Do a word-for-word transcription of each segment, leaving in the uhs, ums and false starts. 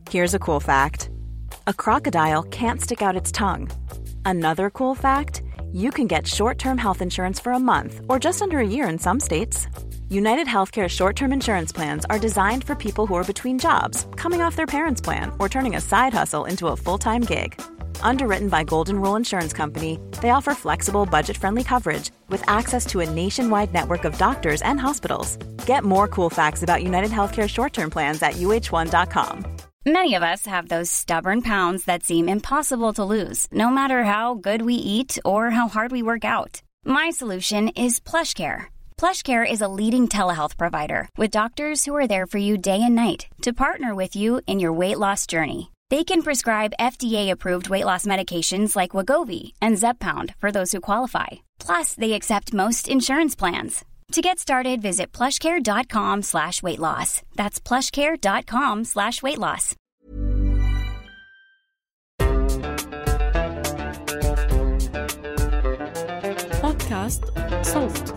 Here's a cool fact. A crocodile can't stick out its tongue. Another cool fact, you can get short-term health insurance for a month or just under a year in some states. United Healthcare short-term insurance plans are designed for people who are between jobs, coming off their parents' plan, or turning a side hustle into a full-time gig. Underwritten by Golden Rule Insurance Company, they offer flexible, budget-friendly coverage with access to a nationwide network of doctors and hospitals. Get more cool facts about United Healthcare short-term plans at U H one dot com. Many of us have those stubborn pounds that seem impossible to lose, no matter how good we eat or how hard we work out. My solution is PlushCare. PlushCare is a leading telehealth provider with doctors who are there for you day and night to partner with you in your weight loss journey. They can prescribe F D A-approved weight loss medications like Wegovy and Zepbound for those who qualify. Plus, they accept most insurance plans. To get started, visit plushcare.com slash weight loss. That's plushcare.com slash weight loss. بودكاست صوت.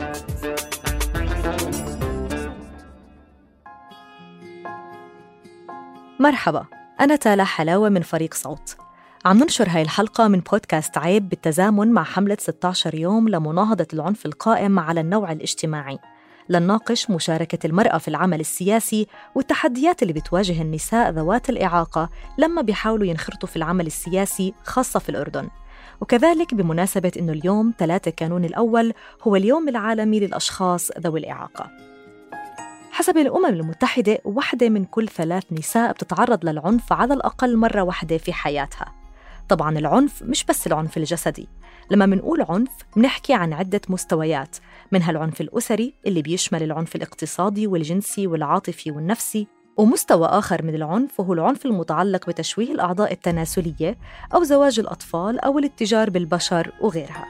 مرحبا، أنا تالا حلاوة من فريق صوت. عم ننشر هاي الحلقة من بودكاست عيب بالتزامن مع حملة ستة عشر يوم لمناهضة العنف القائم على النوع الاجتماعي، لنناقش مشاركة المرأة في العمل السياسي والتحديات اللي بتواجه النساء ذوات الإعاقة لما بيحاولوا ينخرطوا في العمل السياسي خاصة في الأردن. وكذلك بمناسبة إنه اليوم ثلاثة كانون الأول هو اليوم العالمي للأشخاص ذوي الإعاقة. حسب الأمم المتحدة، واحدة من كل ثلاث نساء بتتعرض للعنف على الأقل مرة واحدة في حياتها. طبعاً العنف مش بس العنف الجسدي. لما منقول عنف منحكي عن عدة مستويات، منها العنف الأسري اللي بيشمل العنف الاقتصادي والجنسي والعاطفي والنفسي، ومستوى آخر من العنف وهو العنف المتعلق بتشويه الأعضاء التناسلية أو زواج الأطفال أو الاتجار بالبشر وغيرها.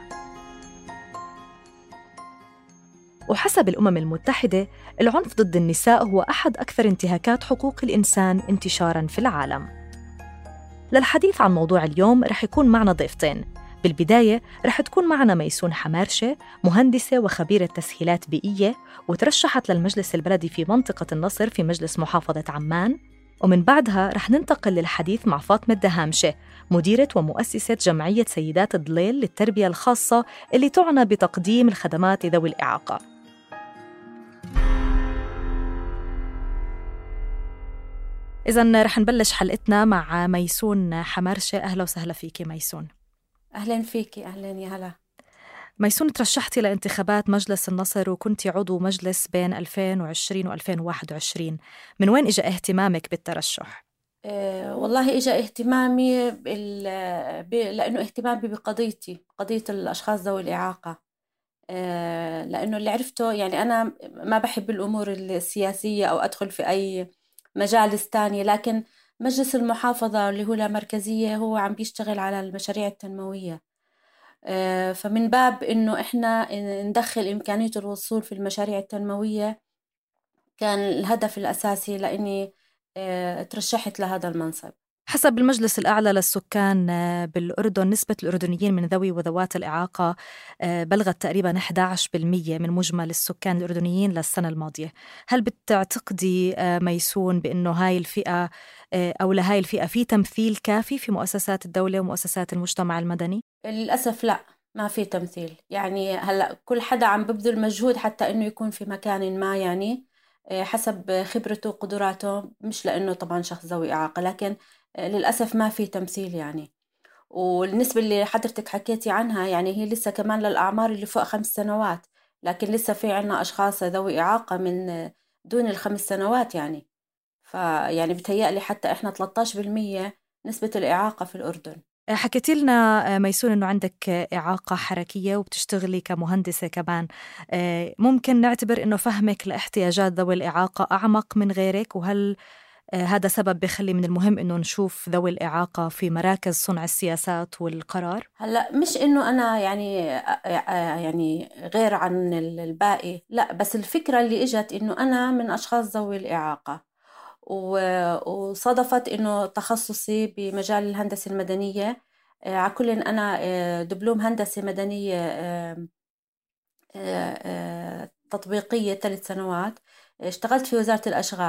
وحسب الأمم المتحدة، العنف ضد النساء هو أحد أكثر انتهاكات حقوق الإنسان انتشاراً في العالم. للحديث عن موضوع اليوم رح يكون معنا ضيفتين. بالبداية رح تكون معنا ميسون حمارشة، مهندسة وخبيرة تسهيلات بيئية، وترشحت للمجلس البلدي في منطقة النصر في مجلس محافظة عمان. ومن بعدها رح ننتقل للحديث مع فاطمة الدهامشة، مديرة ومؤسسة جمعية سيدات الضليل للتربية الخاصة اللي تعنى بتقديم الخدمات لذوي الإعاقة. إذن رح نبلش حلقتنا مع ميسون حمارشة. أهلا وسهلا فيكي ميسون. أهلا فيكي. أهلا يا هلا. ميسون، ترشحتي لانتخابات مجلس النصر وكنتي عضو مجلس بين ألفين وعشرين وألفين وواحد وعشرين. من وين إجا اهتمامك بالترشح؟ أه والله إجا اهتمامي بال... ب... لأنه اهتمامي بقضيتي، قضية الأشخاص ذوي الإعاقة. أه لأنه اللي عرفته، يعني أنا ما بحب الأمور السياسية أو أدخل في أي مجالس تانية، لكن مجلس المحافظة اللي هو لا مركزية هو عم بيشتغل على المشاريع التنموية. أه فمن باب إنه إحنا ندخل إمكانية الوصول في المشاريع التنموية كان الهدف الأساسي لأني أه ترشحت لهذا المنصب. حسب المجلس الأعلى للسكان بالأردن، نسبة الأردنيين من ذوي وذوات الإعاقة بلغت تقريباً أحد عشر بالمئة من مجمل السكان الأردنيين للسنة الماضية. هل بتعتقدي ميسون بأنه هاي الفئة أو لهاي الفئة في تمثيل كافي في مؤسسات الدولة ومؤسسات المجتمع المدني؟ للأسف لا، ما في تمثيل. يعني هلأ كل حدا عم ببذل مجهود حتى إنه يكون في مكان ما، يعني حسب خبرته وقدراته، مش لأنه طبعاً شخص ذوي إعاقة، لكن للأسف ما في تمثيل يعني. والنسبة اللي حضرتك حكيتي عنها يعني هي لسه كمان للأعمار اللي فوق خمس سنوات، لكن لسه في عنا أشخاص ذوي إعاقة من دون الخمس سنوات يعني. فيعني بتهيألي حتى إحنا ثلاثة عشر بالمئة نسبة الإعاقة في الأردن. حكيتي لنا ميسون إنه عندك إعاقة حركية وبتشتغلي كمهندسة كمان. ممكن نعتبر إنه فهمك لاحتياجات ذوي الإعاقة أعمق من غيرك، وهل هذا سبب بيخلي من المهم إنه نشوف ذوي الإعاقة في مراكز صنع السياسات والقرار؟ هلا مش إنه أنا يعني يعني غير عن الباقي، لا، بس الفكرة اللي إجت إنه أنا من أشخاص ذوي الإعاقة، وصادفت إنه تخصصي بمجال الهندسة المدنية. على كل أنا دبلوم هندسة مدنية تطبيقية ثلاث سنوات، اشتغلت في وزارة الأشغال.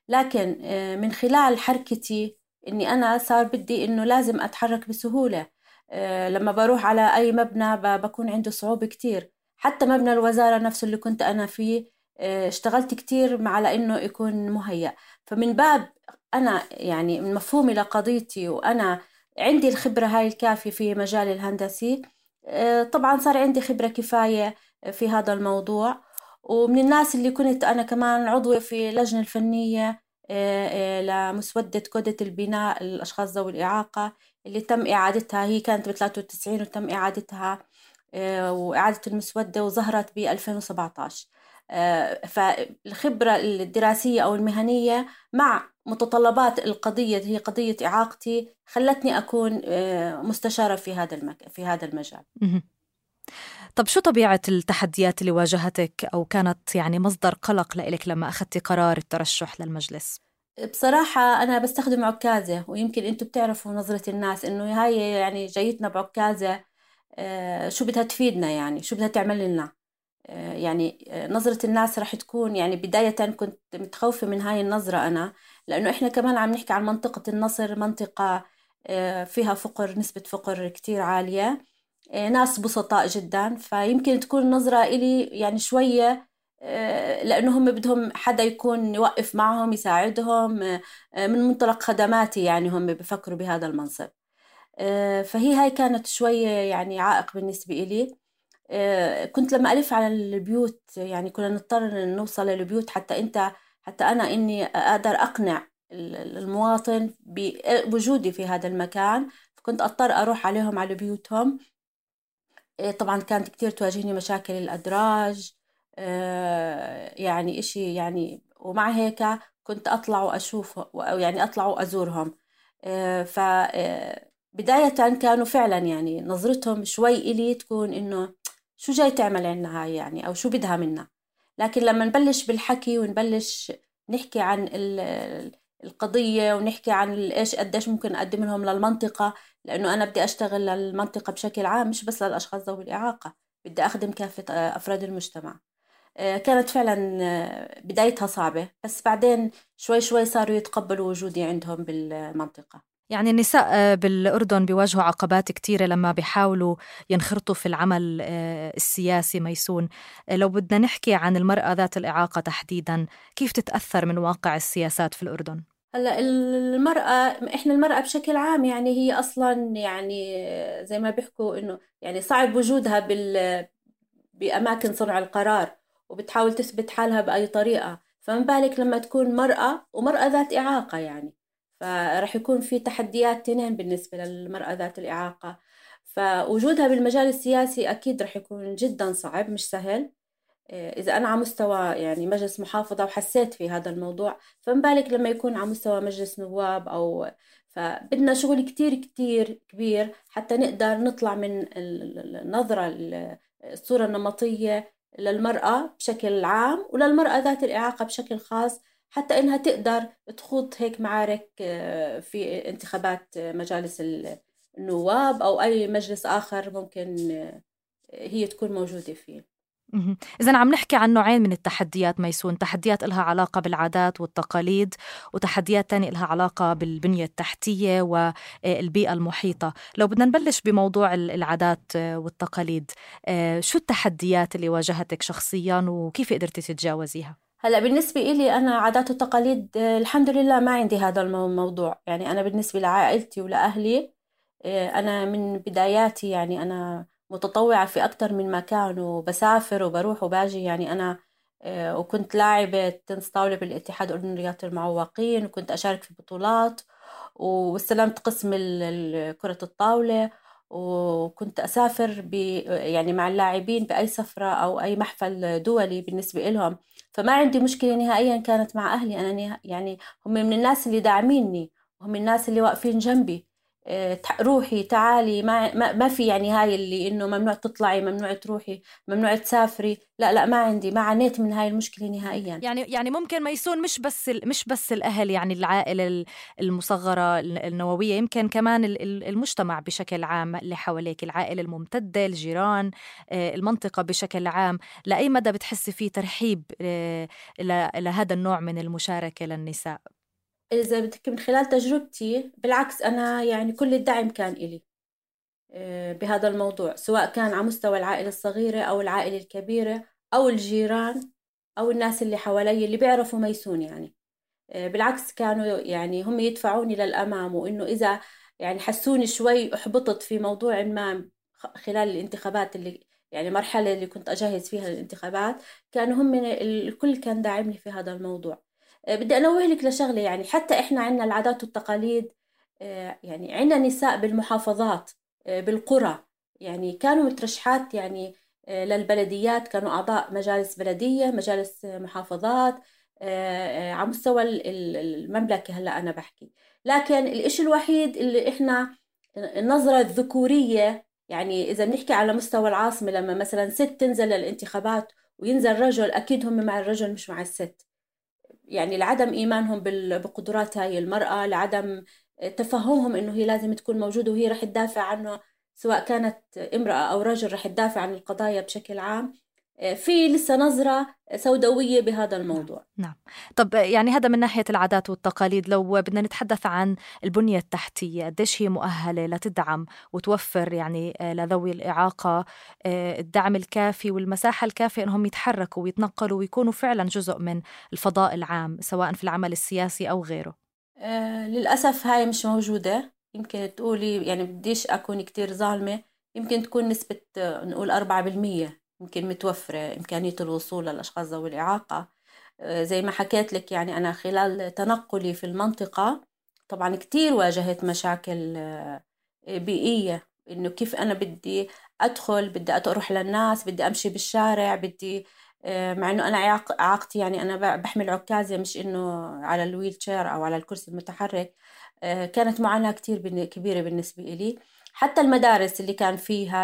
لكن من خلال حركتي إني أنا صار بدي إنه لازم أتحرك بسهولة. لما بروح على أي مبنى بكون عنده صعوبة كتير. حتى مبنى الوزارة نفسه اللي كنت أنا فيه اشتغلت كتير على إنه يكون مهيأ. فمن باب أنا يعني من مفهومي لقضيتي وأنا عندي الخبرة هاي الكافية في مجال الهندسي، طبعا صار عندي خبرة كفاية في هذا الموضوع. ومن الناس اللي كنت أنا كمان عضوة في اللجنة الفنية لمسودة كودة البناء للأشخاص ذوي الإعاقة اللي تم إعادتها، هي كانت ب ثلاثة وتسعين وتم إعادتها وإعادة المسودة وظهرت ب ألفين وسبعة عشر. فالخبرة الدراسية أو المهنية مع متطلبات القضية هي قضية إعاقتي خلتني أكون مستشارة في هذا المك... في هذا المجال. طب شو طبيعة التحديات اللي واجهتك أو كانت يعني مصدر قلق لإلك لما أخذتي قرار الترشح للمجلس؟ بصراحة أنا بستخدم عكازة، ويمكن أنتوا بتعرفوا نظرة الناس إنه هاي يعني جايتنا بعكازة، شو بدها تفيدنا، يعني شو بدها تعمل لنا. يعني نظرة الناس رح تكون يعني بداية كنت متخوفة من هاي النظرة أنا، لأنه إحنا كمان عم نحكي عن منطقة النصر، منطقة فيها فقر، نسبة فقر كتير عالية، ناس بسطاء جدا. فيمكن تكون نظرة إلي يعني شوية لأنه هم بدهم حدا يكون يوقف معهم يساعدهم من منطلق خدماتي، يعني هم بفكروا بهذا المنصب. فهي هاي كانت شوية يعني عائق بالنسبة إلي. كنت لما ألف على البيوت يعني كنا نضطر نوصل للبيوت حتى أنت حتى أنا إني أقدر أقنع المواطن بوجودي في هذا المكان، فكنت أضطر أروح عليهم على بيوتهم. طبعا كانت كتير تواجهني مشاكل الأدراج، يعني إشي يعني، ومع هيك كنت أطلع وأشوف أو يعني أطلع وأزورهم. فبداية كانوا فعلا يعني نظرتهم شوي إلي تكون إنه شو جاي تعمل عنا هاي يعني، أو شو بدها منا. لكن لما نبلش بالحكي ونبلش نحكي عن القضية ونحكي عن إيش قديش ممكن أقدم لهم للمنطقة، لأنه أنا بدي أشتغل للمنطقة بشكل عام مش بس للأشخاص ذوي الإعاقة، بدي أخدم كافة أفراد المجتمع. كانت فعلا بدايتها صعبة، بس بعدين شوي شوي صاروا يتقبلوا وجودي عندهم بالمنطقة. يعني النساء بالأردن بيواجهوا عقبات كتيرة لما بيحاولوا ينخرطوا في العمل السياسي. ميسون، لو بدنا نحكي عن المرأة ذات الإعاقة تحديداً، كيف تتأثر من واقع السياسات في الأردن؟ هلا المرأة، إحنا المرأة بشكل عام يعني هي أصلاً يعني زي ما بيحكوا إنه يعني صعب وجودها بال بأماكن صنع القرار، وبتحاول تثبت حالها بأي طريقة. فمن بالك لما تكون مرأة ومرأة ذات إعاقة، يعني فرح يكون في تحديات تنين بالنسبة للمرأة ذات الإعاقة. فوجودها بالمجال السياسي أكيد رح يكون جدا صعب، مش سهل. إذا أنا على مستوى يعني مجلس محافظة وحسيت في هذا الموضوع، فمن بالك لما يكون على مستوى مجلس نواب أو فبدنا شغل كتير كتير كبير حتى نقدر نطلع من النظرة الصورة النمطية للمرأة بشكل عام وللمرأة ذات الإعاقة بشكل خاص، حتى إنها تقدر تخوض هيك معارك في انتخابات مجالس النواب أو أي مجلس آخر ممكن هي تكون موجودة فيه. إذن عم نحكي عن نوعين من التحديات ميسون، تحديات إلها علاقة بالعادات والتقاليد، وتحديات تانية إلها علاقة بالبنية التحتية والبيئة المحيطة. لو بدنا نبلش بموضوع العادات والتقاليد، شو التحديات اللي واجهتك شخصياً وكيف قدرتي تتجاوزيها؟ هلأ بالنسبة إلي أنا عادات وتقاليد الحمد لله ما عندي هذا الموضوع. يعني أنا بالنسبة لعائلتي ولأهلي أنا من بداياتي يعني أنا متطوعة في أكتر من مكان وبسافر وبروح وباجي. يعني أنا وكنت لاعبة تنس طاولة بالاتحاد الأردني لرياضة المعوقين، وكنت أشارك في بطولات واستلمت قسم كرة الطاولة، وكنت أسافر ب يعني مع اللاعبين بأي سفرة أو أي محفل دولي بالنسبة لهم. فما عندي مشكلة نهائيا كانت مع أهلي. أنا يعني هم من الناس اللي داعميني وهم الناس اللي واقفين جنبي. روحي تعالي، ما, ما, ما في يعني هاي اللي إنه ممنوع تطلعي، ممنوع تروحي، ممنوع تسافري. لا لا، ما عندي، ما عانيت من هاي المشكلة نهائيا. يعني يعني ممكن ميسون مش بس مش بس الأهل، يعني العائلة المصغرة النووية، يمكن كمان المجتمع بشكل عام اللي حواليك، العائلة الممتدة، الجيران، المنطقة بشكل عام. لأي مدى بتحسي فيه ترحيب لهذا النوع من المشاركة للنساء؟ إذا بدك من خلال تجربتي، بالعكس أنا يعني كل الدعم كان إلي بهذا الموضوع، سواء كان على مستوى العائلة الصغيرة أو العائلة الكبيرة أو الجيران أو الناس اللي حوالي اللي بيعرفوا ميسون. يعني بالعكس كانوا يعني هم يدفعوني للأمام، وإنه إذا يعني حسوني شوي أحبطت في موضوع ما خلال الانتخابات، اللي يعني مرحلة اللي كنت أجهز فيها الانتخابات، كانوا هم الكل كان داعمني في هذا الموضوع. بدي أنوه لك لشغلة، يعني حتى إحنا عنا العادات والتقاليد، يعني عنا نساء بالمحافظات بالقرى، يعني كانوا مترشحات يعني للبلديات، كانوا أعضاء مجالس بلدية، مجالس محافظات على مستوى المملكة. هلأ أنا بحكي، لكن الإشي الوحيد اللي إحنا النظرة الذكورية، يعني إذا بنحكي على مستوى العاصمة، لما مثلا ست تنزل للانتخابات وينزل رجل، أكيد هم مع الرجل مش مع الست. يعني لعدم إيمانهم بقدرات هاي المرأة، لعدم تفهمهم إنه هي لازم تكون موجودة وهي رح تدافع عنه، سواء كانت امرأة أو رجل رح تدافع عن القضايا بشكل عام. في لسه نظرة سوداوية بهذا الموضوع. نعم. طب يعني هذا من ناحية العادات والتقاليد. لو بدنا نتحدث عن البنية التحتية، قديش هي مؤهلة لتدعم وتوفر يعني لذوي الإعاقة الدعم الكافي والمساحة الكافية أنهم يتحركوا ويتنقلوا ويكونوا فعلا جزء من الفضاء العام، سواء في العمل السياسي أو غيره؟ آه للأسف هاي مش موجودة. يمكن تقولي، يعني بديش أكون كتير ظالمة، يمكن تكون نسبة نقول أربعة بالمية يمكن متوفرة إمكانية الوصول للأشخاص ذوي الإعاقة. زي ما حكيت لك، يعني أنا خلال تنقلي في المنطقة طبعا كتير واجهت مشاكل بيئية، إنه كيف أنا بدي أدخل، بدي أروح للناس، بدي أمشي بالشارع، بدي مع إنه أنا إعاقتي يعني أنا بحمل عكازة، مش إنه على الويل تشير أو على الكرسي المتحرك. كانت معاناة كتير كبيرة بالنسبة إلي. حتى المدارس اللي كان فيها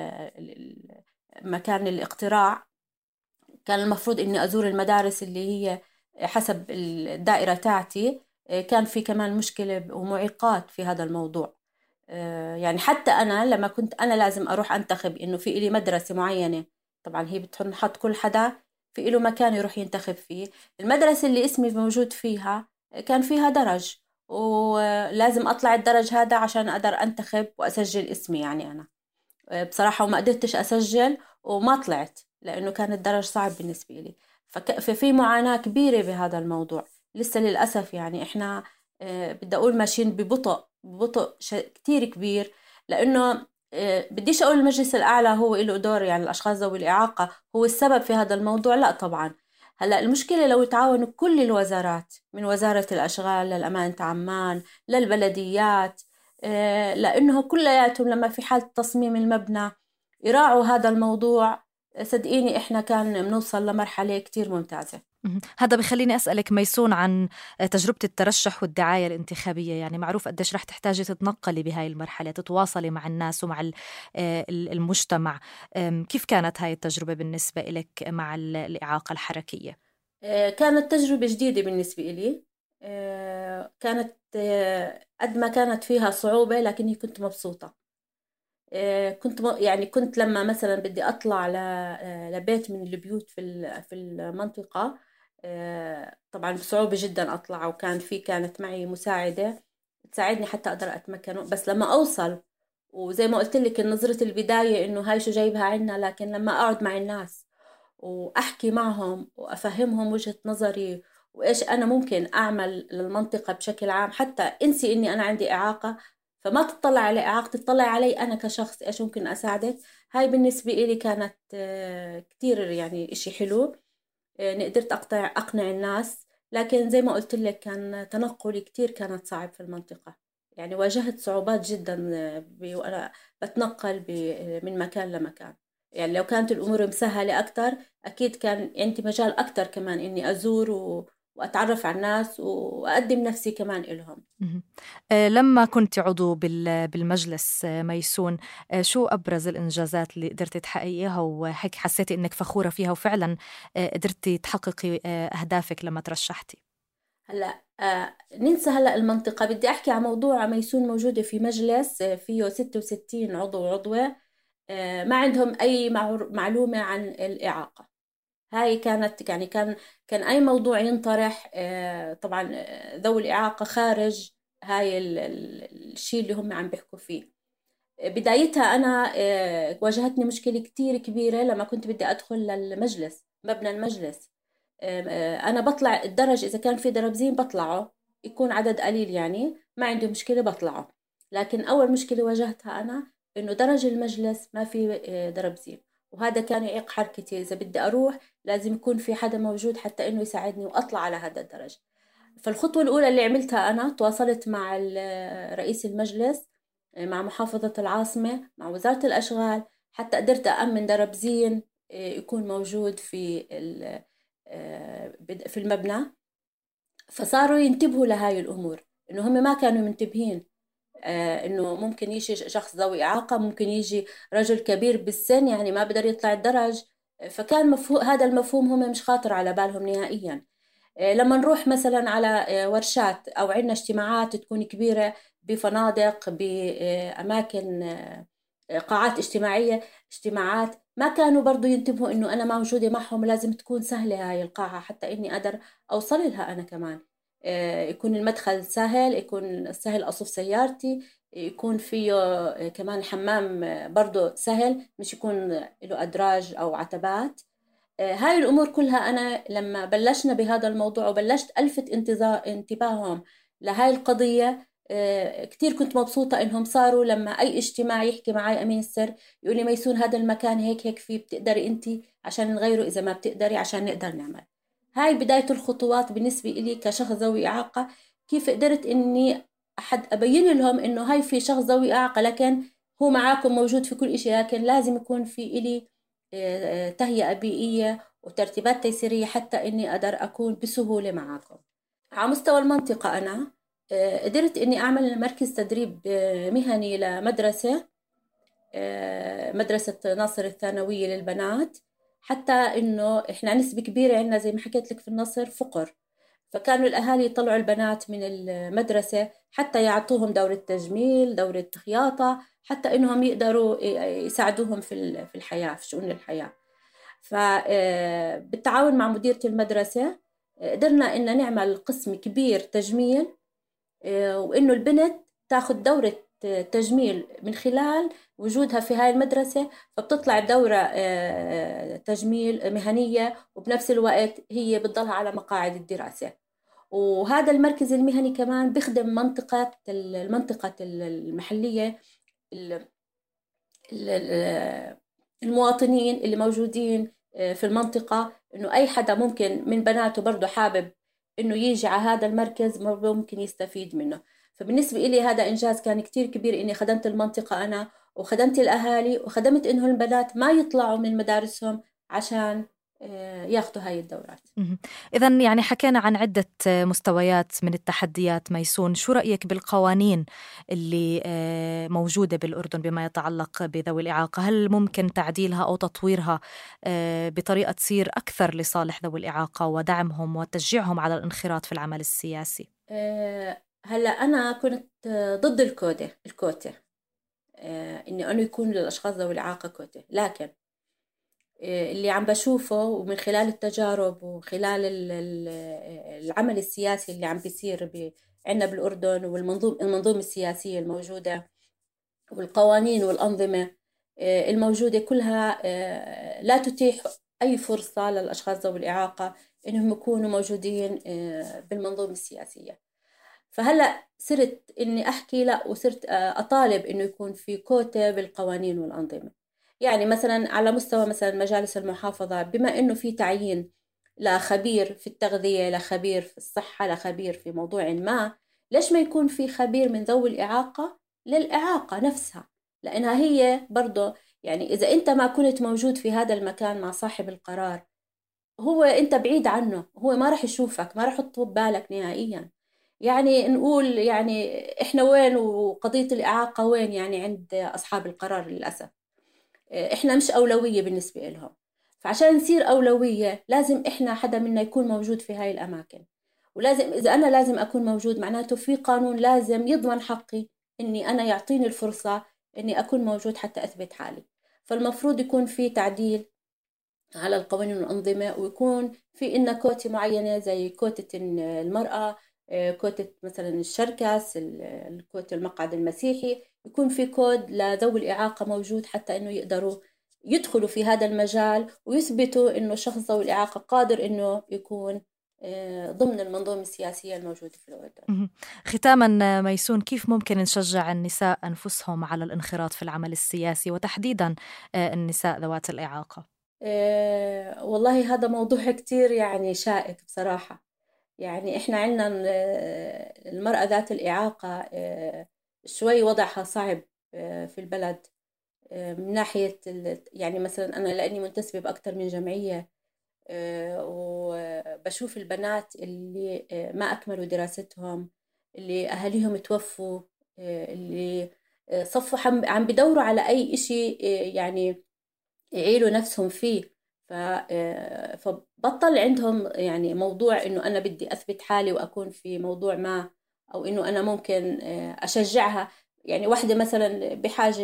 مكان الاقتراع، كان المفروض إني أزور المدارس اللي هي حسب الدائرة تاعتي، كان في كمان مشكلة ومعيقات في هذا الموضوع. يعني حتى أنا لما كنت أنا لازم أروح أنتخب، إنه في إلي مدرسة معينة، طبعا هي بتحط كل حدا في إله مكان يروح ينتخب فيه. المدرسة اللي اسمي موجود فيها كان فيها درج، ولازم أطلع الدرج هذا عشان أقدر أنتخب وأسجل اسمي. يعني أنا بصراحة وما قدرتش أسجل وما طلعت، لأنه كان الدرج صعب بالنسبة لي. ففي معاناة كبيرة بهذا الموضوع لسه للأسف. يعني إحنا بدي أقول ماشيين ببطء ببطء كتير كبير، لأنه بديش أقول المجلس الأعلى هو له دور، يعني الأشخاص ذوي الإعاقة هو السبب في هذا الموضوع، لا طبعا. هلأ المشكلة لو تعاونوا كل الوزارات، من وزارة الأشغال للأمانة عمان للبلديات، لأنه كلياتهم لما في حالة تصميم المبنى يراعوا هذا الموضوع، صدقيني إحنا كان بنوصل لمرحلة كتير ممتازة. هذا بخليني أسألك ميسون عن تجربة الترشح والدعاية الانتخابية. يعني معروف قديش رح تحتاجي تتنقلي بهاي المرحلة، تتواصلي مع الناس ومع المجتمع. كيف كانت هاي التجربة بالنسبة لك مع الإعاقة الحركية؟ كانت تجربة جديدة بالنسبة لي. كانت قد ما كانت فيها صعوبة، لكني كنت مبسوطة. كنت يعني كنت لما مثلا بدي أطلع لبيت من البيوت في في المنطقة، طبعا بصعوبة جدا أطلع، وكان في كانت معي مساعدة تساعدني حتى أقدر أتمكن. بس لما أوصل، وزي ما قلت لك النظرة البداية إنه هاي شو جايبها عنا، لكن لما أقعد مع الناس وأحكي معهم وأفهمهم وجهة نظري وإيش أنا ممكن أعمل للمنطقة بشكل عام، حتى انسي إني أنا عندي إعاقة، فما تطلع على إعاقتي، تطلع علي أنا كشخص إيش ممكن أساعدك. هاي بالنسبة إلي كانت كتير يعني إشي حلو. قدرت أقطع أقنع الناس، لكن زي ما قلت لك كان تنقلي كتير كانت صعب في المنطقة. يعني واجهت صعوبات جدا وأنا بتنقل من مكان لمكان. يعني لو كانت الأمور مسهلة أكتر، أكيد كان عندي مجال أكتر كمان إني أزور وأتعرف على الناس وأقدم نفسي كمان إلهم. لما كنت عضو بالمجلس ميسون، شو أبرز الإنجازات اللي قدرتي تحققيها وهيك حسيتي إنك فخورة فيها وفعلا قدرتي تحققي أهدافك لما ترشحتي؟ هلا آه ننسى هلا المنطقة، بدي أحكي عن موضوع ميسون موجودة في مجلس فيه ستة وستين عضو وعضوة آه ما عندهم أي معلومة عن الإعاقة. هاي كانت يعني كان كان أي موضوع ينطرح آه طبعا ذوي الإعاقة خارج هاي الشيء اللي هم عم بيحكوا فيه. بدايتها أنا آه واجهتني مشكلة كتير كبيرة لما كنت بدي أدخل للمجلس، مبنى المجلس. أنا بطلع الدرج إذا كان في دربزين بطلعه، يكون عدد قليل يعني ما عندي مشكلة بطلعه. لكن أول مشكلة واجهتها أنا إنه درج المجلس ما في دربزين، وهذا كان يعيق حركتي. إذا بدي أروح لازم يكون في حدا موجود حتى إنه يساعدني وأطلع على هذا الدرج. فالخطوة الأولى اللي عملتها أنا تواصلت مع رئيس المجلس، مع محافظة العاصمة، مع وزارة الأشغال، حتى قدرت أأمن دربزين يكون موجود في في المبنى. فصاروا ينتبهوا لهاي الأمور، إنه هم ما كانوا منتبهين إنه ممكن يجي شخص ذوي إعاقة، ممكن يجي رجل كبير بالسن يعني ما بقدر يطلع الدرج. فكان مفهوم هذا المفهوم هم مش خاطر على بالهم نهائيا. لما نروح مثلا على ورشات أو عندنا اجتماعات تكون كبيرة بفنادق بأماكن قاعات اجتماعية اجتماعات، ما كانوا برضو ينتبهوا إنه أنا موجودة معهم، لازم تكون سهلة هاي القاعة حتى إني أقدر أوصل لها أنا كمان. يكون المدخل سهل، يكون سهل أصف سيارتي، يكون فيه كمان حمام برضو سهل، مش يكون له أدراج أو عتبات. هاي الأمور كلها أنا لما بلشنا بهذا الموضوع وبلشت ألفت انتباههم لهاي القضية، كتير كنت مبسوطة إنهم صاروا لما أي اجتماع يحكي معي أمين السر يقولي ميسون هذا المكان هيك هيك فيه، بتقدري أنتي عشان نغيره إذا ما بتقدري عشان نقدر نعمل. هاي بداية الخطوات بالنسبة إلي كشخص ذوي إعاقة، كيف قدرت إني أحد أبين لهم إنه هاي في شخص ذوي إعاقة لكن هو معاكم موجود في كل إشي، لكن لازم يكون في إلي تهيئة بيئية وترتيبات تيسيرية حتى إني أقدر أكون بسهولة معاكم. على مستوى المنطقة أنا قدرت إني أعمل مركز تدريب مهني لمدرسة مدرسة ناصر الثانوية للبنات، حتى إنه إحنا نسبة كبيرة عندنا زي ما حكيت لك في النصر فقر، فكانوا الأهالي يطلعوا البنات من المدرسة حتى يعطوهم دورة تجميل، دورة خياطة، حتى إنهم يقدروا يساعدوهم في في الحياة، في شؤون الحياة. فبالتعاون مع مديرة المدرسة قدرنا إن نعمل قسم كبير تجميل، وإنه البنت تاخد دورة تجميل من خلال وجودها في هاي المدرسة، فبتطلع دورة تجميل مهنية وبنفس الوقت هي بتضلها على مقاعد الدراسة. وهذا المركز المهني كمان بيخدم منطقة المنطقة المحلية، المواطنين اللي موجودين في المنطقة، إنه أي حدا ممكن من بناته برضو حابب إنه يجي على هذا المركز ممكن يستفيد منه. فبالنسبة إلي هذا إنجاز كان كتير كبير، إني خدمت المنطقة أنا وخدمت الأهالي وخدمت إنه البنات ما يطلعوا من مدارسهم عشان ياخدوا هاي الدورات. إذن يعني حكينا عن عدة مستويات من التحديات. ميسون، شو رأيك بالقوانين اللي موجودة بالأردن بما يتعلق بذوي الإعاقة؟ هل ممكن تعديلها أو تطويرها بطريقة تصير أكثر لصالح ذوي الإعاقة ودعمهم وتشجيعهم على الانخراط في العمل السياسي؟ هلأ أنا كنت ضد الكوتة الكوتة إني أنه يكون للأشخاص ذوي الإعاقة كوتة، لكن اللي عم بشوفه ومن خلال التجارب وخلال العمل السياسي اللي عم بيصير عندنا بالأردن والمنظومة المنظومة السياسية الموجودة والقوانين والأنظمة الموجودة كلها لا تتيح أي فرصة للأشخاص ذوي الإعاقة إنهم يكونوا موجودين بالمنظومة السياسية. فهلأ صرت إني أحكي لا، وصرت أطالب إنه يكون في كوتا بالقوانين والأنظمة. يعني مثلا على مستوى مثلا مجالس المحافظة، بما إنه في تعيين لخبير في التغذية، لخبير في الصحة، لخبير في موضوع ما، ليش ما يكون في خبير من ذوي الإعاقة للإعاقة نفسها؟ لأنها هي برضو يعني إذا أنت ما كنت موجود في هذا المكان مع صاحب القرار هو أنت بعيد عنه، هو ما رح يشوفك، ما رح يحط ببالك نهائيا. يعني نقول يعني إحنا وين وقضية الإعاقة وين يعني عند أصحاب القرار للأسف. إحنا مش أولوية بالنسبة لهم، فعشان نصير أولوية لازم إحنا حدا منا يكون موجود في هاي الأماكن. ولازم إذا أنا لازم أكون موجود معناته في قانون لازم يضمن حقي إني أنا يعطيني الفرصة إني أكون موجود حتى أثبت حالي. فالمفروض يكون في تعديل على القوانين والأنظمة، ويكون في إنها كوتة معينة زي كوتة المرأة، كوتة مثلا الشركس، الكوتة المقعد المسيحي، يكون في كود لذوي الإعاقة موجود حتى إنه يقدروا يدخلوا في هذا المجال ويثبتوا إنه شخص ذوي الإعاقة قادر إنه يكون ضمن المنظومة السياسية الموجودة في الأردن. ختاما ميسون، كيف ممكن نشجع النساء أنفسهم على الانخراط في العمل السياسي وتحديدا النساء ذوات الإعاقة؟ أه والله هذا موضوع كتير يعني شائك بصراحة. يعني إحنا عندنا المرأة ذات الإعاقة أه شوي وضعها صعب أه في البلد، أه من ناحية يعني مثلا أنا لأني منتسبة بأكثر من جمعية، أه وبشوف البنات اللي أه ما أكملوا دراستهم، اللي أهاليهم توفوا، أه اللي أه صفوا عم بدوروا على أي إشي أه يعني يعيلوا نفسهم فيه. فبطل عندهم يعني موضوع إنه أنا بدي أثبت حالي وأكون في موضوع ما، أو إنه أنا ممكن أشجعها. يعني واحدة مثلا بحاجة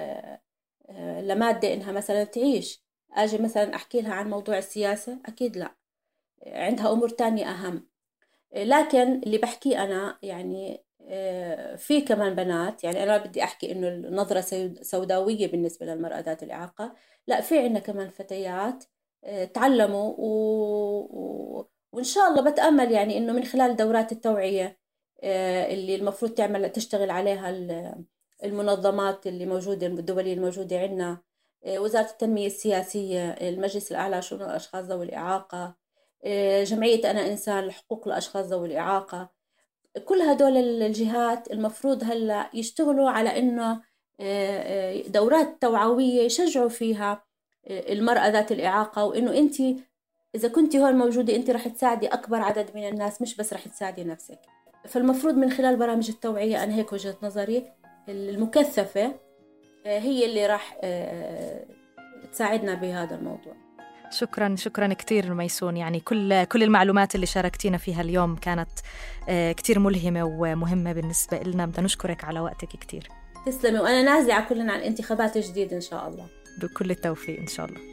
لمادة إنها مثلا تعيش، أجي مثلا أحكي لها عن موضوع السياسة؟ أكيد لا، عندها أمور تانية أهم. لكن اللي بحكيه أنا يعني في كمان بنات، يعني أنا بدي أحكي إنه النظرة سوداوية بالنسبة للمرأة ذات الإعاقة، لا، في عنا كمان فتيات تعلموا و... و... وإن شاء الله بتأمل يعني إنه من خلال دورات التوعية اللي المفروض تعمل تشتغل عليها المنظمات اللي موجودة الدولية الموجودة عنا، وزارة التنمية السياسية، المجلس الأعلى لشؤون الأشخاص ذوي الإعاقة، جمعية أنا إنسان لحقوق الأشخاص ذوي الإعاقة، كل هدول الجهات المفروض هلأ يشتغلوا على إنه دورات توعوية يشجعوا فيها المرأة ذات الإعاقة، وإنه أنت إذا كنت هون موجودة أنت رح تساعدي أكبر عدد من الناس، مش بس رح تساعدي نفسك. فالمفروض من خلال برامج التوعية، أنا هيك وجهة نظري، المكثفة هي اللي رح تساعدنا بهذا الموضوع. شكرا شكرا كتير ميسون، يعني كل كل المعلومات اللي شاركتينا فيها اليوم كانت كتير ملهمة ومهمة بالنسبة لنا. بدنا نشكرك على وقتك كتير. تسلمي، وأنا نازعة كلنا عن انتخابات جديدة إن شاء الله. بكل التوفيق إن شاء الله.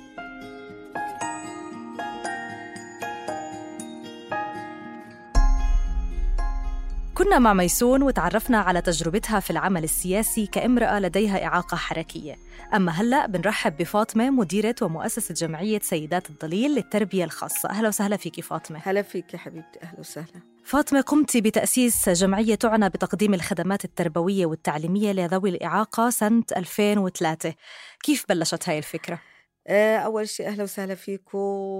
كنا مع ميسون وتعرفنا على تجربتها في العمل السياسي كامرأة لديها إعاقة حركية. أما هلأ بنرحب بفاطمة، مديرة ومؤسسة جمعية سيدات الضليل للتربية الخاصة. أهلا وسهلا فيكي فاطمة. هلا فيك يا حبيبتي، أهلا وسهلا. فاطمة، قمت بتأسيس جمعية تعنى بتقديم الخدمات التربوية والتعليمية لذوي الإعاقة سنة ألفين وثلاثة. كيف بلشت هاي الفكرة؟ أول شيء أهلا وسهلا فيكم.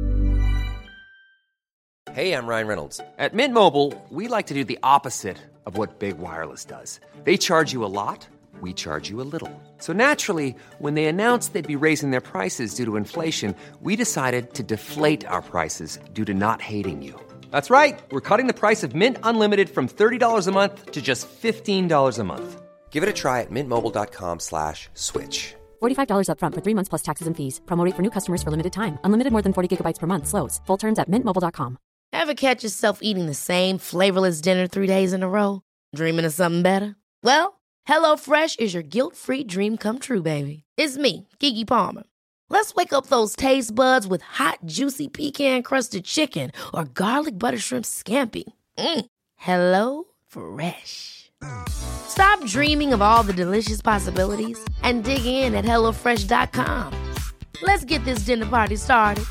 Hey, I'm Ryan Reynolds. At Mint Mobile, we like to do the opposite of what Big Wireless does. They charge you a lot, we charge you a little. So naturally, when they announced they'd be raising their prices due to inflation, we decided to deflate our prices due to not hating you. That's right. We're cutting the price of Mint Unlimited from thirty dollars a month to just fifteen dollars a month. Give it a try at mintmobile.com slash switch. forty-five dollars up front for three months plus taxes and fees. Promo rate for new customers for limited time. Unlimited more than forty gigabytes per month. Slows full terms at mint mobile dot com. Ever catch yourself eating the same flavorless dinner three days in a row? Dreaming of something better? Well, HelloFresh is your guilt-free dream come true, baby. It's me, Keke Palmer. Let's wake up those taste buds with hot, juicy pecan-crusted chicken or garlic butter shrimp scampi. Mm. Hello Fresh. Stop dreaming of all the delicious possibilities and dig in at hello fresh dot com. Let's get this dinner party started.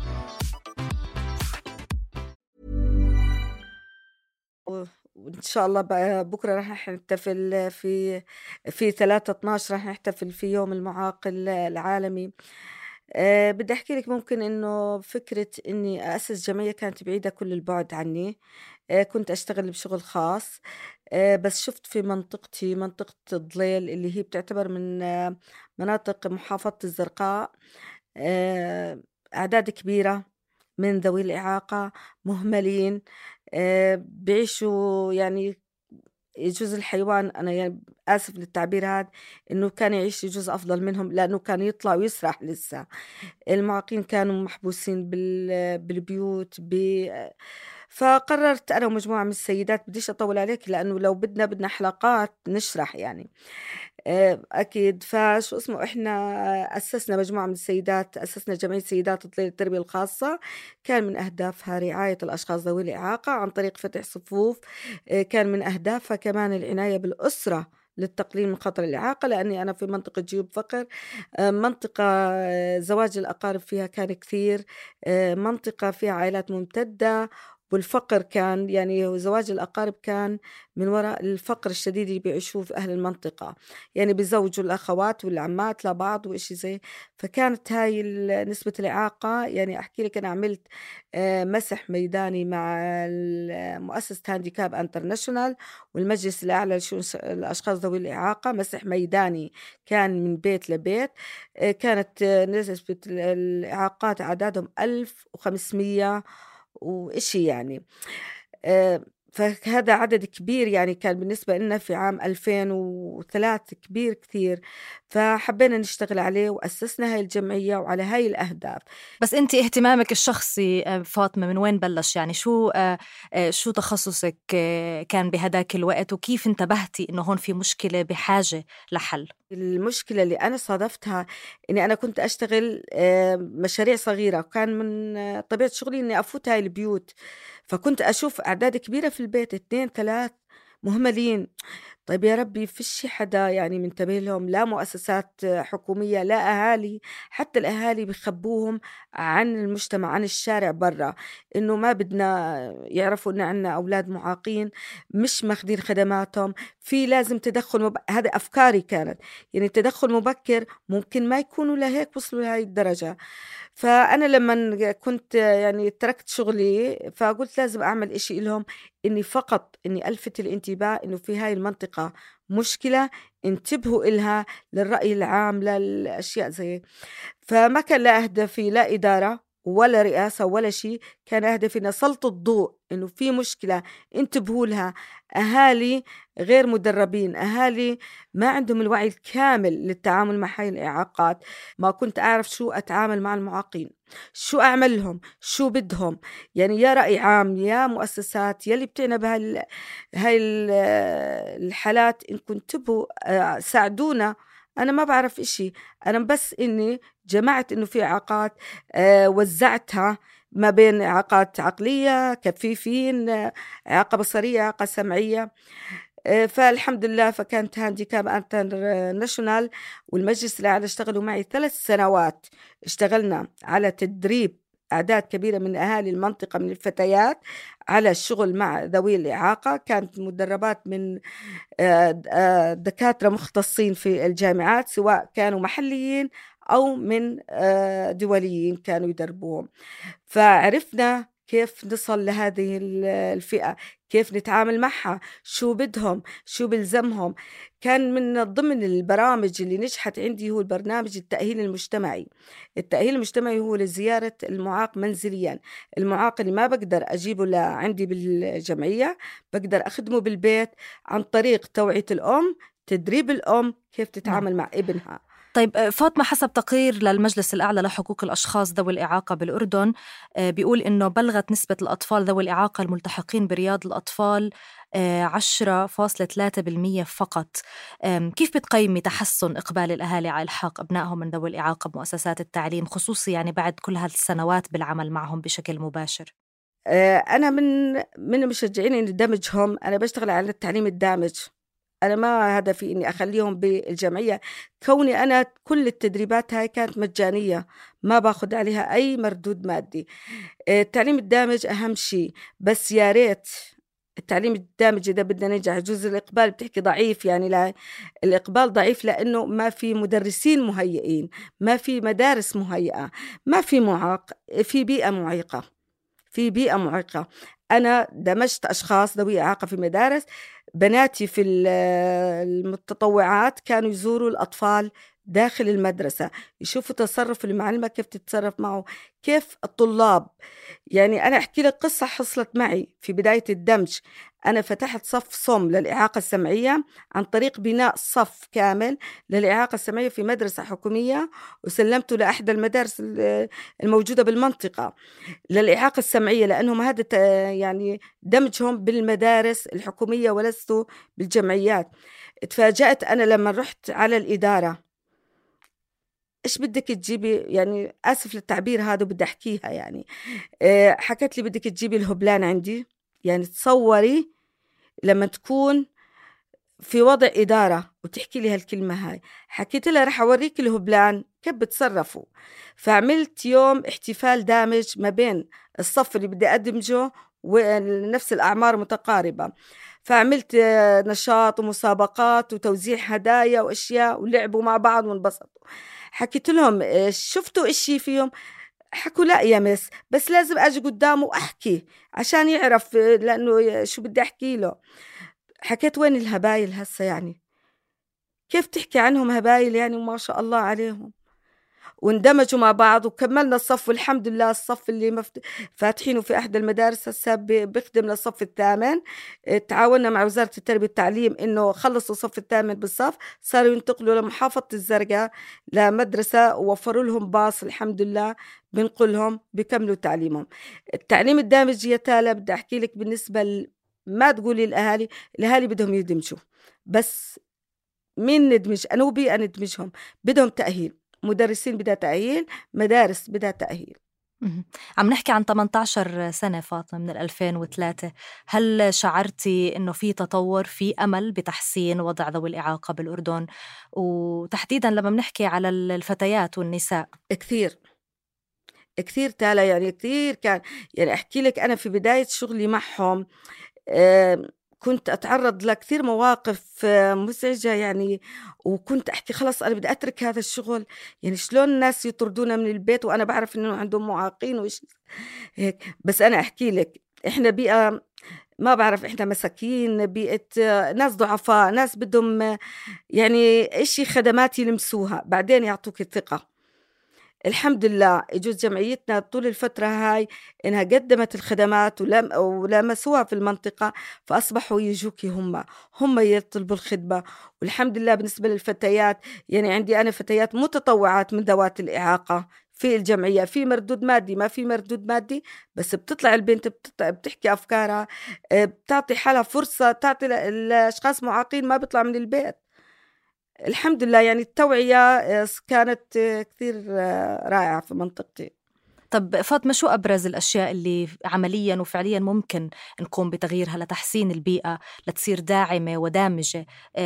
وإن شاء الله بكرة رح نحتفل في في ثلاثة اثناشر رح نحتفل في يوم المعاق العالمي. أه بدي أحكي لك ممكن إنه فكرة إني أسس جمعية كانت بعيدة كل البعد عني. أه كنت أشتغل بشغل خاص، أه بس شفت في منطقتي منطقة الضليل اللي هي بتعتبر من أه مناطق محافظة الزرقاء، أه أعداد كبيرة من ذوي الإعاقة مهملين، آه، بيعيشوا يعني يجوز الحيوان، أنا يعني آسف للتعبير هذا، إنه كان يعيش يجوز أفضل منهم لأنه كان يطلع ويسرح لسه. المعاقين كانوا محبوسين بال- بالبيوت ب... فقررت أنا ومجموعة من السيدات، بديش أطول عليك لأنه لو بدنا بدنا حلقات نشرح يعني آه، أكيد. فشو اسمه إحنا أسسنا مجموعة من السيدات، أسسنا جمعية سيدات تطليل التربية الخاصة. كان من أهدافها رعاية الأشخاص ذوي الإعاقة عن طريق فتح صفوف. آه، كان من أهدافها كمان العناية بالأسرة للتقليل من خطر الإعاقة، لأني أنا في منطقة جيوب فقر، آه، منطقة آه، زواج الأقارب فيها كان كثير، آه، منطقة فيها عائلات ممتدة، والفقر كان يعني زواج الأقارب كان من وراء الفقر الشديد اللي بيعيشوه في أهل المنطقة، يعني بيزوجوا الأخوات والعمات لبعض وإشي زي. فكانت هاي نسبة الإعاقة، يعني أحكي لك أنا عملت آه، مسح ميداني مع مؤسسة هانديكاب انترناشونال والمجلس الأعلى لشؤون الأشخاص ذوي الإعاقة، مسح ميداني كان من بيت لبيت. آه، كانت آه، نسبة الإعاقات عددهم ألف وخمسمية وإشي يعني. آه، فهذا عدد كبير يعني كان بالنسبة لنا في عام ألفين وثلاثة كبير كثير. فحبينا نشتغل عليه وأسسنا هاي الجمعية وعلى هاي الأهداف. بس أنت اهتمامك الشخصي آه، فاطمة من وين بلش؟ يعني شو آه، آه، شو تخصصك آه، كان بهداك الوقت، وكيف انتبهتي إنه هون في مشكلة بحاجة لحل؟ المشكلة اللي أنا صادفتها إني أنا كنت أشتغل آه، مشاريع صغيرة، وكان من آه، طبيعة شغلي إني أفوت هاي البيوت، فكنت أشوف أعداد كبيرة في البيت، اثنين ثلاث مهملين. طيب يا ربي فيش حدا يعني منتبه لهم، لا مؤسسات حكومية لا أهالي، حتى الأهالي بيخبوهم عن المجتمع عن الشارع برا، إنه ما بدنا يعرفوا إن عنا أولاد معاقين، مش ماخدين خدماتهم، في لازم تدخل مب... هذا أفكاري كانت، يعني تدخل مبكر ممكن ما يكونوا لهيك وصلوا لهاي الدرجة. فأنا لما كنت يعني تركت شغلي فقلت لازم أعمل إشي لهم، إني فقط إني ألفت الانتباه إنه في هاي المنطقة مشكلة، انتبهوا إلها، للرأي العام، للأشياء زي. فما كان لا هدفي لا إدارة ولا رئاسة ولا شيء، كان هدفي نسلط الضوء إنه في مشكلة انتبهوا لها. أهالي غير مدربين، أهالي ما عندهم الوعي الكامل للتعامل مع هاي الإعاقات، ما كنت أعرف شو أتعامل مع المعاقين، شو أعمل لهم، شو بدهم. يعني يا رأي عام يا مؤسسات يلي بتعنى بهاي هاي الحالات، إنكم انتبهوا ساعدونا. أنا ما بعرف إشي، أنا بس إني جمعت إنه في إعاقات، آه وزعتها ما بين إعاقات عقلية، كفيفين، آه إعاقة بصرية، إعاقة سمعية. آه فالحمد لله، فكانت هانديكاب انترناشونال والمجلس الأعلى اشتغلوا معي ثلاث سنوات، اشتغلنا على تدريب أعداد كبيرة من أهالي المنطقة من الفتيات على الشغل مع ذوي الإعاقة. كانت مدربات من دكاترة مختصين في الجامعات، سواء كانوا محليين أو من دوليين كانوا يدربوهم. فعرفنا كيف نصل لهذه الفئة، كيف نتعامل معها، شو بدهم، شو بلزمهم. كان من ضمن البرامج اللي نجحت عندي هو البرنامج التأهيل المجتمعي. التأهيل المجتمعي هو لزيارة المعاق منزليا، المعاق اللي ما بقدر أجيبه لعندي بالجمعية بقدر أخدمه بالبيت عن طريق توعية الأم، تدريب الأم كيف تتعامل مع ابنها. طيب فاطمة، حسب تقرير للمجلس الأعلى لحقوق الأشخاص ذوي الإعاقة بالأردن بيقول إنه بلغت نسبة الأطفال ذوي الإعاقة الملتحقين برياض الأطفال عشرة فاصلة ثلاثة بالمية فقط. كيف بتقيمي تحسن إقبال الأهالي على إلحاق أبنائهم من ذوي الإعاقة بمؤسسات التعليم، خصوصي يعني بعد كل هذه السنوات بالعمل معهم بشكل مباشر؟ أنا من من مشجعين إن دمجهم، أنا بشتغل على التعليم الدامج. أنا ما هدفي إني أخليهم بالجمعية، كوني أنا كل التدريبات هاي كانت مجانية، ما باخد عليها أي مردود مادي. التعليم الدامج أهم شيء، بس يا ريت التعليم الدامج إذا بدنا ننجح. جزء الإقبال بتحكي ضعيف، يعني لا الإقبال ضعيف لأنه ما في مدرسين مهيئين، ما في مدارس مهيئة، ما في معاق، في بيئة معيقة، في بيئة معيقة. أنا دمجت أشخاص ذوي إعاقة في مدارس، بناتي في المتطوعات كانوا يزوروا الأطفال داخل المدرسة، يشوفوا تصرف المعلمة كيف تتصرف معه، كيف الطلاب. يعني أنا أحكي لك قصة حصلت معي في بداية الدمج. أنا فتحت صف صم للإعاقة السمعية عن طريق بناء صف كامل للإعاقة السمعية في مدرسة حكومية، وسلمته لأحد المدارس الموجودة بالمنطقة للإعاقة السمعية، لأنهم هذا يعني دمجهم بالمدارس الحكومية ولستوا بالجمعيات. اتفاجأت أنا لما رحت على الإدارة، إيش بدك تجيبي، يعني آسف للتعبير هذا بدي أحكيها، يعني اه حكت لي بدك تجيبي الهبلان عندي. يعني تصوري لما تكون في وضع إدارة وتحكي لي هالكلمة هاي. حكيت لها رح أوريك الهبلان كيف بتصرفوا. فعملت يوم احتفال دامج ما بين الصف اللي بدي أدمجه ونفس الأعمار متقاربة، فعملت نشاط ومسابقات وتوزيع هدايا وأشياء، ولعبوا مع بعض وانبسطوا. حكيت لهم شفتوا إشي فيهم؟ حكوا لا يا مس، بس لازم أجي قدامه وأحكي عشان يعرف، لأنه شو بدي أحكي له. حكيت وين الهبايل هسه، يعني كيف تحكي عنهم هبايل يعني، وما شاء الله عليهم. واندمجوا مع بعض وكملنا الصف، والحمد لله الصف اللي مفت... فاتحينه في أحد المدارس هسه بيخدم للصف الثامن. تعاوننا مع وزارة التربية والتعليم إنه خلصوا الصف الثامن بالصف، صاروا ينتقلوا لمحافظة الزرقاء لمدرسة، ووفروا لهم باص الحمد لله بنقلهم بيكملوا تعليمهم. التعليم الدامج يا تالا بدي أحكي لك بالنسبة ل... ما تقولي الأهالي، الأهالي بدهم يدمجوا، بس مين ندمج؟ أنا وبيئة ندمجهم، بدهم تأهيل، مدرسين بدها تأهيل، مدارس بدها تأهيل. عم نحكي عن ثمانية عشر سنة فاطمة من ألفين وثلاثة، هل شعرتي إنه في تطور، في أمل بتحسين وضع ذوي الإعاقة بالأردن، وتحديدا لما بنحكي على الفتيات والنساء؟ كثير كثير تالا، يعني كثير كان. يعني أحكي لك أنا في بداية شغلي معهم أه كنت أتعرض لكثير مواقف مزعجة، يعني وكنت أحكي خلاص أنا بدي أترك هذا الشغل. يعني شلون الناس يطردونا من البيت وأنا بعرف إنه عندهم معاقين وإيش هيك. بس أنا أحكي لك إحنا بيئة ما بعرف، إحنا مساكين، بيئة ناس ضعفاء، ناس بدهم يعني إشي خدمات يلمسوها بعدين يعطوك الثقة. الحمد لله إجوز جمعيتنا طول الفترة هاي إنها قدمت الخدمات ولم ولمسوها في المنطقة، فأصبحوا يجوكي هم هم يطلبوا الخدمة. والحمد لله بالنسبة للفتيات، يعني عندي أنا فتيات متطوعات من ذوات الإعاقة في الجمعية، في مردود مادي ما في مردود مادي، بس بتطلع البنت بتطلع بتحكي أفكارها، بتعطي حالها فرصة، تعطي الأشخاص معاقين ما بيطلع من البيت. الحمد لله يعني التوعية كانت كثير رائعة في منطقتي. طب فاطمة، شو أبرز الأشياء اللي عملياً وفعلياً ممكن نقوم بتغييرها لتحسين البيئة لتصير داعمة ودامجة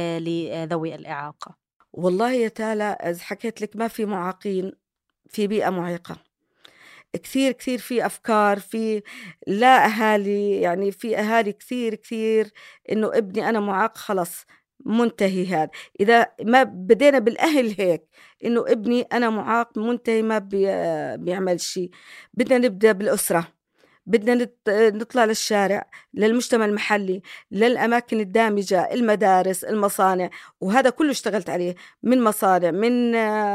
لذوي الإعاقة؟ والله يا تالا إذا حكيت لك ما في معاقين في بيئة معيقة، كثير كثير في أفكار، في لا أهالي، يعني في أهالي كثير كثير إنه ابني أنا معاق خلص منتهي. هذا إذا ما بدينا بالأهل هيك إنه ابني أنا معاق منتهي ما بي بيعمل شيء. بدنا نبدأ بالأسرة، بدنا نطلع للشارع، للمجتمع المحلي، للأماكن الدامجة، المدارس، المصانع، وهذا كله اشتغلت عليه، من مصانع، من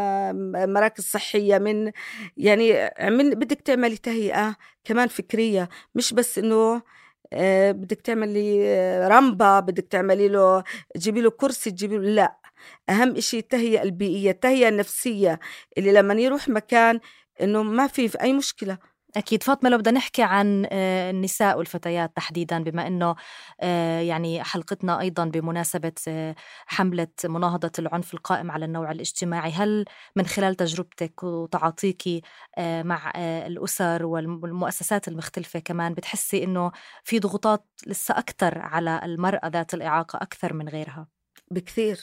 مراكز صحية، من يعني عمل. بدك تعملي تهيئة كمان فكرية، مش بس إنه أه بدك تعملي رمبة، بدك تعملي له تجيبي له كرسي تجيبي له، لا، أهم إشي التهيئة البيئية، التهيئة النفسية، اللي لما يروح مكان إنه ما في, في أي مشكلة. أكيد. فاطمة، لو بدنا نحكي عن النساء والفتيات تحديداً، بما أنه يعني حلقتنا أيضاً بمناسبة حملة مناهضة العنف القائم على النوع الاجتماعي، هل من خلال تجربتك وتعاطيك مع الأسر والمؤسسات المختلفة كمان بتحسي أنه في ضغوطات لسه أكثر على المرأة ذات الإعاقة أكثر من غيرها؟ بكثير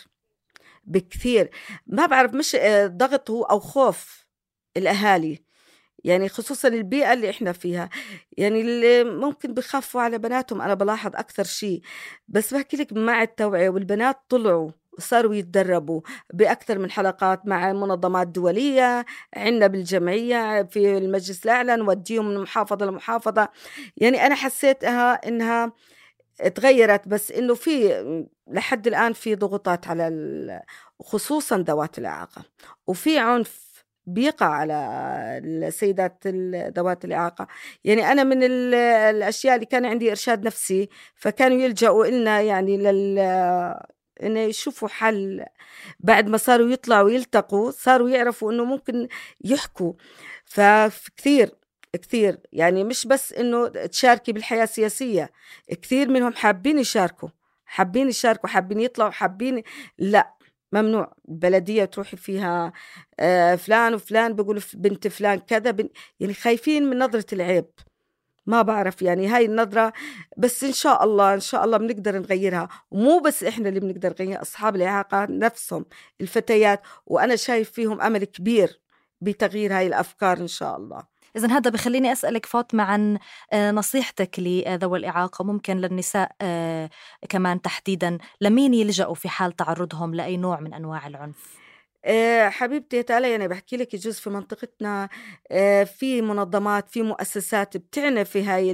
بكثير. ما بعرف، مش ضغط هو أو خوف الأهالي، يعني خصوصاً البيئة اللي إحنا فيها، يعني اللي ممكن بخافوا على بناتهم. أنا بلاحظ أكثر شيء، بس بحكي لك مع التوعية والبنات طلعوا وصاروا يتدربوا بأكثر من حلقات مع منظمات دولية، عنا بالجمعية في المجلس الأعلى، نوديهم من محافظة لمحافظة. يعني أنا حسيتها إنها تغيرت، بس إنه في لحد الآن في ضغوطات على خصوصا ذوات الإعاقة، وفي عنف بيقع على السيدات ذوات الإعاقة. يعني أنا من الأشياء اللي كان عندي إرشاد نفسي، فكانوا يلجأوا إلنا يعني لل إنه يشوفوا حل بعد ما صاروا يطلعوا ويلتقوا، صاروا يعرفوا إنه ممكن يحكوا. فكثير كثير يعني مش بس إنه تشاركي بالحياة السياسية، كثير منهم حابين يشاركوا حابين يشاركوا حابين يطلعوا حابين، لا ممنوع البلدية تروحي فيها آه فلان وفلان بيقولوا بنت فلان كذا بن... يعني خايفين من نظرة العيب. ما بعرف يعني هاي النظرة، بس إن شاء الله إن شاء الله بنقدر نغيرها، ومو بس إحنا اللي بنقدر نغيرها، أصحاب الإعاقة نفسهم الفتيات، وأنا شايف فيهم أمل كبير بتغيير هاي الأفكار إن شاء الله. إذن هذا بخليني أسألك فاطمة عن نصيحتك لذوي الإعاقة، ممكن للنساء كمان تحديدا، لمين يلجأوا في حال تعرضهم لأي نوع من أنواع العنف؟ أه حبيبتي تعالي يعني بحكي لك يجوز في منطقتنا أه في منظمات في مؤسسات بتعنى في هاي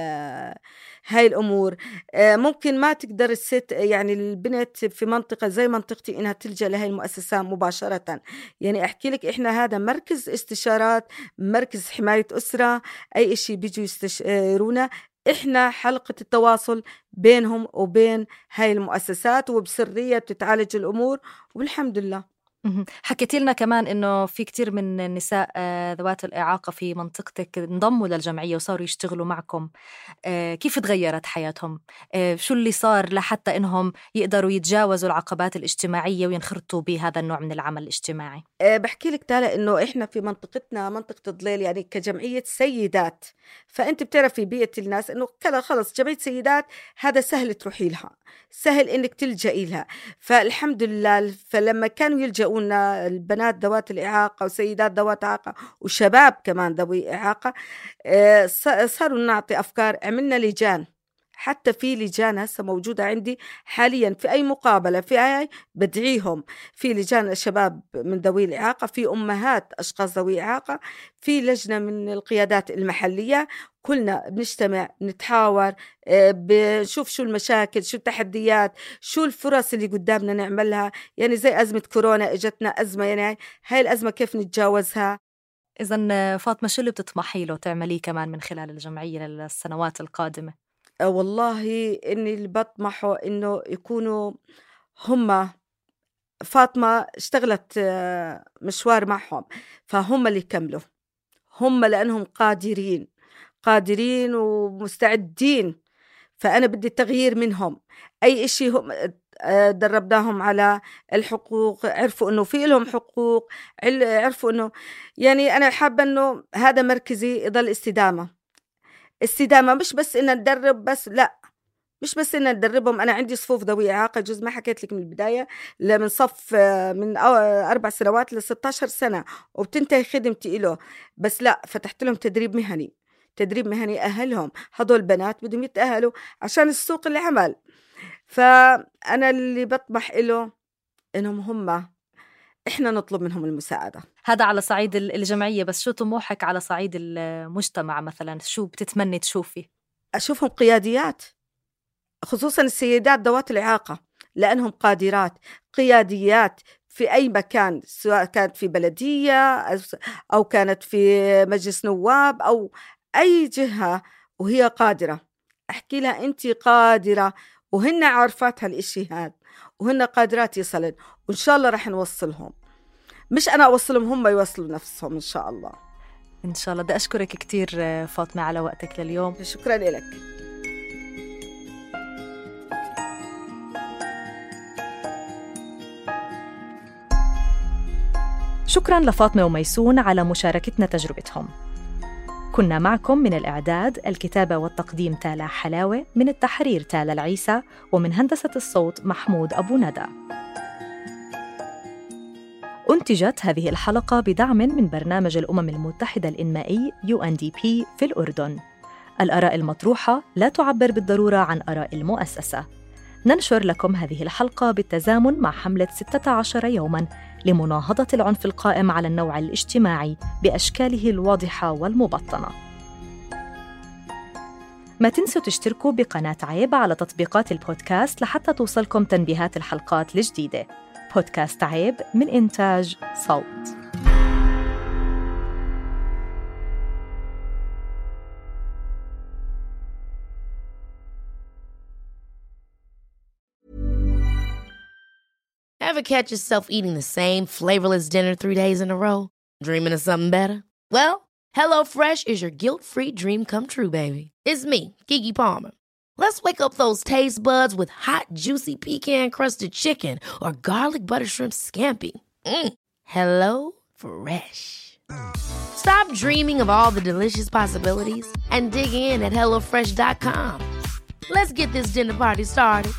هاي الأمور. أه ممكن ما تقدر الست يعني البنت في منطقة زي منطقتي إنها تلجأ لهاي المؤسسة مباشرة. يعني أحكي لك إحنا هذا مركز استشارات، مركز حماية أسرة، أي إشي بيجوا يستشيرونا، إحنا حلقة التواصل بينهم وبين هاي المؤسسات، وبسرية بتتعالج الأمور والحمد لله. حكيتي لنا كمان إنه في كتير من النساء ذوات الإعاقة في منطقتك انضموا للجمعية وصاروا يشتغلوا معكم، كيف تغيرت حياتهم؟ شو اللي صار لحتى إنهم يقدروا يتجاوزوا العقبات الاجتماعية وينخرطوا بهذا النوع من العمل الاجتماعي؟ بحكي لك تعالى إنه إحنا في منطقتنا منطقة ضليل يعني كجمعية سيدات، فأنت بتعرفي بيئة الناس إنه كذا خلص جمعية سيدات هذا سهل تروحي لها، سهل إنك تلجئي لها. فالحمد لله فلما كانوا يلجؤوا البنات ذوات الإعاقة وسيدات ذوات إعاقة وشباب كمان ذوي إعاقة، صاروا نعطي أفكار. عملنا لجان، حتى في لجان هسه موجودة عندي حاليا في أي مقابلة في أي بدعيهم، في لجان شباب من ذوي الإعاقة، في أمهات أشخاص ذوي إعاقة، في لجنة من القيادات المحلية، كلنا بنجتمع نتحاور بنشوف شو المشاكل شو التحديات شو الفرص اللي قدامنا نعملها. يعني زي أزمة كورونا إجتنا أزمة، يعني هاي الأزمة كيف نتجاوزها. إذن فاطمة شو اللي بتطمحي له تعمليه كمان من خلال الجمعية للسنوات القادمة؟ والله إني اللي بطمحه إنه يكونوا هم، فاطمة اشتغلت مشوار معهم فهم اللي يكملوا، هم لأنهم قادرين قادرين ومستعدين، فأنا بدي التغيير منهم. أي إشي هم دربناهم على الحقوق، عرفوا إنه في لهم حقوق، عرفوا إنه يعني أنا حابة إنه هذا مركزي يضل استدامة استدامة مش بس إن ندرب بس، لا مش بس إن ندربهم. أنا عندي صفوف ذوي إعاقة، جزء ما حكيت لك من البداية، من صف من أربع سنوات لستة عشر سنة وبتنتهي خدمتي له، بس لا فتحت لهم تدريب مهني تدريب مهني أهلهم. هذول البنات بدهم يتأهلوا عشان السوق العمل. فأنا اللي بطمح له إنهم هم إحنا نطلب منهم المساعدة. هذا على صعيد الجمعية، بس شو طموحك على صعيد المجتمع مثلا؟ شو بتتمني تشوفي؟ أشوفهم قياديات، خصوصا السيدات ذوات الإعاقة، لأنهم قادرات قياديات في أي مكان، سواء كانت في بلدية أو كانت في مجلس نواب أو أي جهة، وهي قادرة. أحكي لها أنت قادرة، وهن عارفات هالإشي هذا، وهن قادرات يصلن، وإن شاء الله رح نوصلهم، مش أنا أوصلهم هم يوصلوا نفسهم إن شاء الله. إن شاء الله. بدي أشكرك كتير فاطمة على وقتك لليوم. شكرا لك. شكرا لفاطمة وميسون على مشاركتنا تجربتهم. كنا معكم من الإعداد، الكتابة والتقديم تالا حلاوة، من التحرير تالا العيسى، ومن هندسة الصوت محمود أبو ندى. أنتجت هذه الحلقة بدعم من برنامج الأمم المتحدة الإنمائي يو إن دي بي في الأردن. الآراء المطروحة لا تعبر بالضرورة عن آراء المؤسسة. ننشر لكم هذه الحلقة بالتزامن مع حملة ستة عشر يوماً لمناهضة العنف القائم على النوع الاجتماعي بأشكاله الواضحة والمبطنة. ما تنسوا تشتركوا بقناة عيب على تطبيقات البودكاست لحتى توصلكم تنبيهات الحلقات الجديدة. بودكاست عيب من إنتاج صوت. Ever catch yourself eating the same flavorless dinner three days in a row? Dreaming of something better? Well, HelloFresh is your guilt-free dream come true, baby. It's me, Keke Palmer. Let's wake up those taste buds with hot, juicy pecan-crusted chicken or garlic butter shrimp scampi. Mm. Hello Fresh. Stop dreaming of all the delicious possibilities and dig in at hello fresh dot com. Let's get this dinner party started.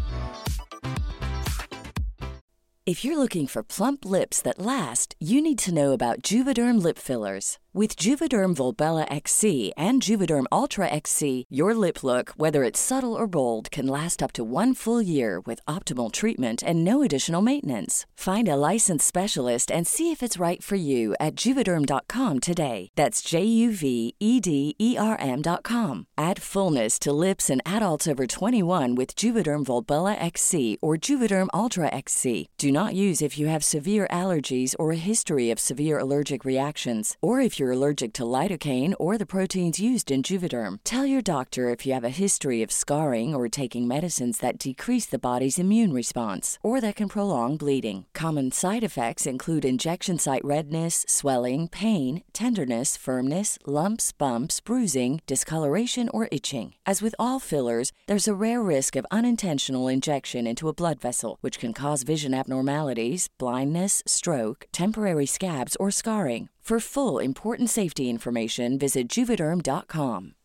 If you're looking for plump lips that last, you need to know about Juvederm lip fillers. With Juvederm Volbella X C and Juvederm Ultra X C, your lip look, whether it's subtle or bold, can last up to one full year with optimal treatment and no additional maintenance. Find a licensed specialist and see if it's right for you at Juvederm dot com today. That's J U V E D E R M dot com. Add fullness to lips in adults over twenty-one with Juvederm Volbella X C or Juvederm Ultra X C. Do not use if you have severe allergies or a history of severe allergic reactions, or if you're allergic to lidocaine or the proteins used in Juvederm. Tell your doctor if you have a history of scarring or taking medicines that decrease the body's immune response or that can prolong bleeding. Common side effects include injection site redness, swelling, pain, tenderness, firmness, lumps, bumps, bruising, discoloration, or itching. As with all fillers, there's a rare risk of unintentional injection into a blood vessel, which can cause vision abnormalities, blindness, stroke, temporary scabs, or scarring. For full, important safety information, visit Juvederm dot com.